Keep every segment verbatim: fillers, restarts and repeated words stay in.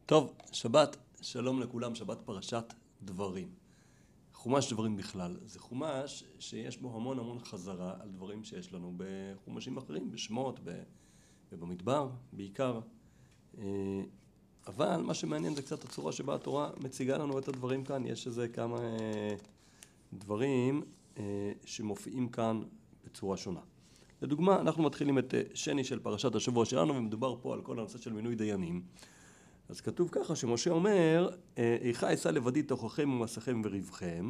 טוב, שבת, שלום לכולם, שבת פרשת דברים. חומש דברים בכלל, זה חומש שיש בו המון המון חזרה על דברים שיש לנו בחומשים אחרים, בשמות ב- ובמדבר בעיקר. אבל מה שמעניין זה קצת הצורה שבה התורה מציגה לנו את הדברים כאן. יש איזה כמה אה, דברים אה, שמופיעים כאן בצורה שונה. לדוגמה, אנחנו מתחילים את אה, שני של פרשת השבוע שלנו, ומדובר פה על כל הנושא של מינוי דיינים. אז כתוב ככה שמשה אומר, איכה אשא לבדי תוככם ומסכם וריבכם,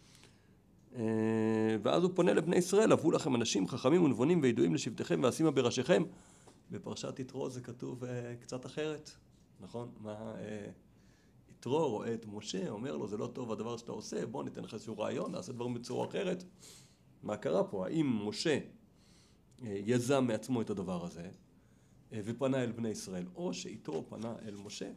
ואז הוא פונה לבני ישראל, הבאו לכם אנשים חכמים ונבונים וידועים לשבטיכם ואשימה בראשיכם. בפרשת יתרו זה כתוב קצת אחרת, נכון? מה יתרו רואה את משה, אומר לו זה לא טוב הדבר שאתה עושה, בוא ניתן לך איזשהו רעיון, נעשה דברים בצורה אחרת. מה קרה פה? האם משה יזם מעצמו את הדבר הזה ופנה אל בני ישראל, או שיתרו פנה אל משה?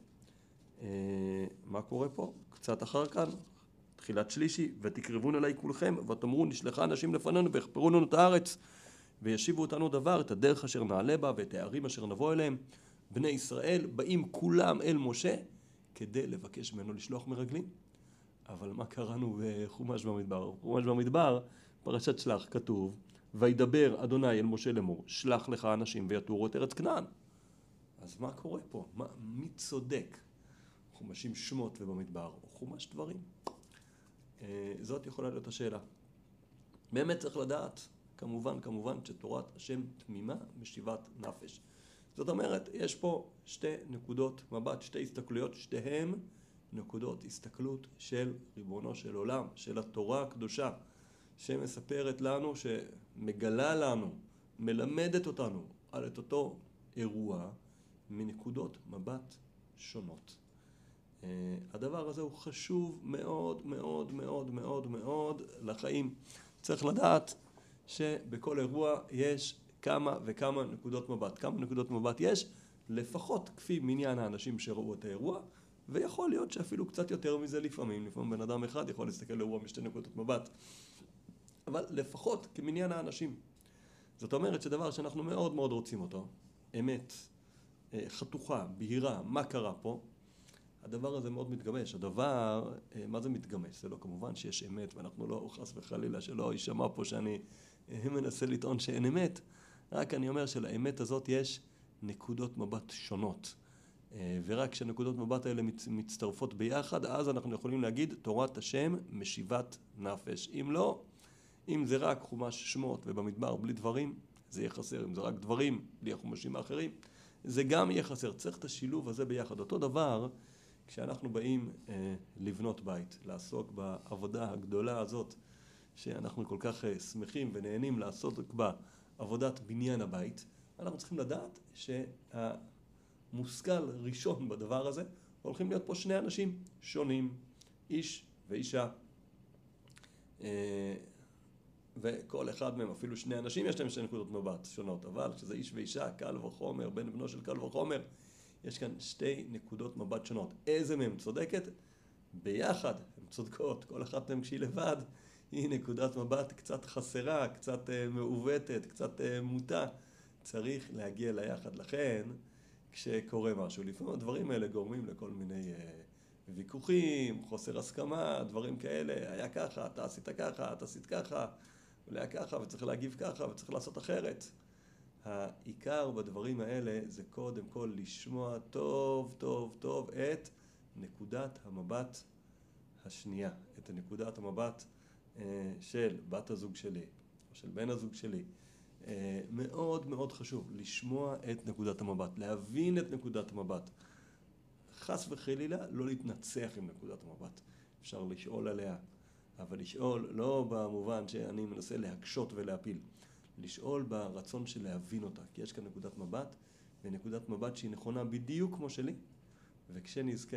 מה קורה פה? קצת אחר כאן, תחילת שלישי, ותקרבון אליי כולכם ותאמרו נשלחה אנשים לפנינו ויחפרו לנו את הארץ וישיבו אותנו דבר, את הדרך אשר נעלה בה ואת הערים אשר נבוא אליהם. בני ישראל באים כולם אל משה כדי לבקש ממנו לשלוח מרגלים. אבל מה קראנו בחומש במדבר? חומש במדבר, פרשת שלח, כתוב וידבר אדוני אל משה לאמור, שלח לך אנשים ויתורו את ארץ כנען. אז מה קורה פה? מה, מי צודק? חומשים שמות ובמדבר או חומש דברים? זאת יכולה להיות השאלה. באמת צריך לדעת, כמובן, כמובן, שתורת השם תמימה משיבת נפש. זאת אומרת, יש פה שתי נקודות מבט, שתי הסתכלויות, שתיהן נקודות הסתכלות של ריבונו של עולם, של התורה הקדושה, שמספרת לנו, שמגלה לנו, מלמדת אותנו על את אותו אירוע מנקודות מבט שונות. הדבר הזה הוא חשוב מאוד מאוד מאוד מאוד מאוד לחיים. צריך לדעת שבכל אירוע יש כמה וכמה נקודות מבט. כמה נקודות מבט יש? לפחות כפי מניין האנשים שראו את האירוע, ויכול להיות שאפילו קצת יותר מזה לפעמים. לפעמים בן אדם אחד יכול להסתכל לאירוע משתי נקודות מבט. אבל לפחות כמניין האנשים. זאת אומרת שדבר שאנחנו מאוד מאוד רוצים אותו, אמת, חתוכה, בהירה, מה קרה פה? הדבר הזה מאוד מתגמש. הדבר, מה זה מתגמש? זה לא כמובן שיש אמת, ואנחנו לא חס וחלילה שלא יישמע פה שאני מנסה לטעון שאין אמת. רק אני אומר שלאמת הזאת יש נקודות מבט שונות. ורק כשנקודות מבט האלה מצטרפות ביחד, אז אנחנו יכולים להגיד תורת השם משיבת נפש. אם לא, אם זה רק חומש שמות ובמדבר בלי דברים, זה יהיה חסר. אם זה רק דברים בלי החומשים האחרים, זה גם יהיה חסר. צריך את השילוב הזה ביחד. אותו דבר, כשאנחנו באים אה, לבנות בית, לעסוק בעבודה הגדולה הזאת, שאנחנו כל כך אה, שמחים ונהנים לעשות בעבודת בניין הבית, אנחנו צריכים לדעת שהמושכל ראשון בדבר הזה, הולכים להיות פה שני אנשים שונים, איש ואישה. אה, וכל אחד מהם, אפילו שני אנשים, יש להם שתי נקודות מבט שונות, אבל כשזה איש ואישה, קל וחומר, בן בנו של קל וחומר, יש כאן שתי נקודות מבט שונות. איזה מהם צודקת? ביחד הן צודקות. כל אחת מהן כשהיא לבד היא נקודת מבט קצת חסרה, קצת מעוותת, קצת מוטה. צריך להגיע ליחד. לכן, כשקורה משהו, לפעמים הדברים האלה גורמים לכל מיני ויכוחים, חוסר הסכמה, דברים כאלה. היה ככה, אתה עשית ככה, אתה עשית ככה, אולי ככה, וצריך להגיב ככה, וצריך לעשות אחרת. העיקר בדברים האלה זה קודם כל לשמוע טוב טוב טוב את נקודת המבט השנייה, את נקודת המבט של בת הזוג שלי או של בן הזוג שלי. מאוד מאוד חשוב לשמוע את נקודת המבט, להבין את נקודת המבט. חס וחלילה לא להתנצח עם נקודת המבט. אפשר לשאול עליה, אבל לשאול לא במובן שאני מנסה להקשות ולהפיל. לשאול ברצון של להבין אותה, כי יש כאן נקודת מבט, ונקודת מבט שהיא נכונה בדיוק כמו שלי, וכשנזכה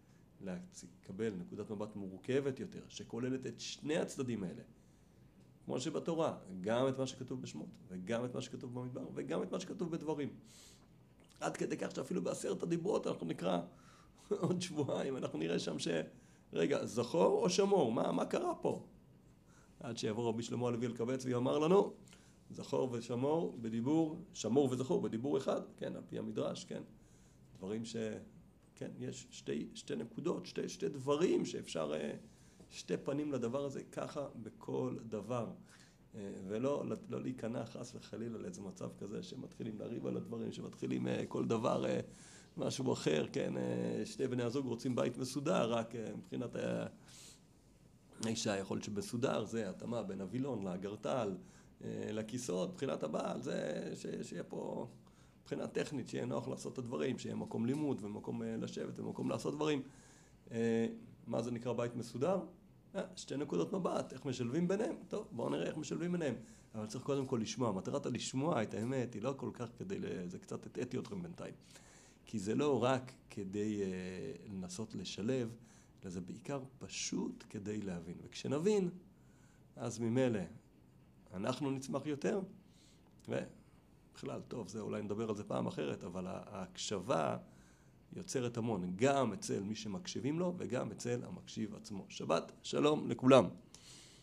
לקבל נקודת מבט מורכבת יותר, שכוללת את שני הצדדים האלה, כמו שבתורה, גם את מה שכתוב בשמות, וגם את מה שכתוב במדבר, וגם את מה שכתוב בדברים. עד כדי כך שאפילו בעשרת הדיברות אנחנו נקרא עוד שבועיים, אנחנו נראה שם ש... רגע, זכור או שמור? מה, מה קרה פה? עד שיבוא רבי שלמה הלוי אלקבץ ויאמר לנו, זכור ושמור בדיבור, שמור וזכור בדיבור אחד, כן, על פי המדרש, כן. דברים כן, יש שתי, שתי נקודות, שתי, שתי דברים שאפשר, שתי פנים לדבר הזה, ככה בכל דבר. ולא לא להיכנע חס וחלילה לאיזה מצב כזה שמתחילים להריב על הדברים, שמתחילים כל דבר משהו אחר, כן, שתי בני הזוג רוצים בית מסודר, רק מבחינת האישה יכול להיות שבסודר, זה התאמה בין הווילון לאגרטל, לכיסאות, מבחינת הבעל, זה שיהיה פה מבחינה טכנית, שיהיה נוח לעשות את הדברים, שיהיה מקום לימוד ומקום לשבת ומקום לעשות דברים. מה זה נקרא בית מסודר? שתי נקודות מבט, איך משלבים ביניהם? טוב, בואו נראה איך משלבים ביניהם. אבל צריך קודם כל לשמוע. מטרת הלשמוע את האמת היא לא כל כך כדי, זה קצת הטעתי אתכם בינתיים. כי זה לא רק כדי לנסות לשלב, אלא זה בעיקר פשוט כדי להבין. וכשנבין, אז ממילא אנחנו נצמח יותר, ובכלל, טוב, זה אולי נדבר על זה פעם אחרת, אבל ההקשבה יוצרת המון, גם אצל מי שמקשיבים לו וגם אצל המקשיב עצמו. שבת שלום לכולם.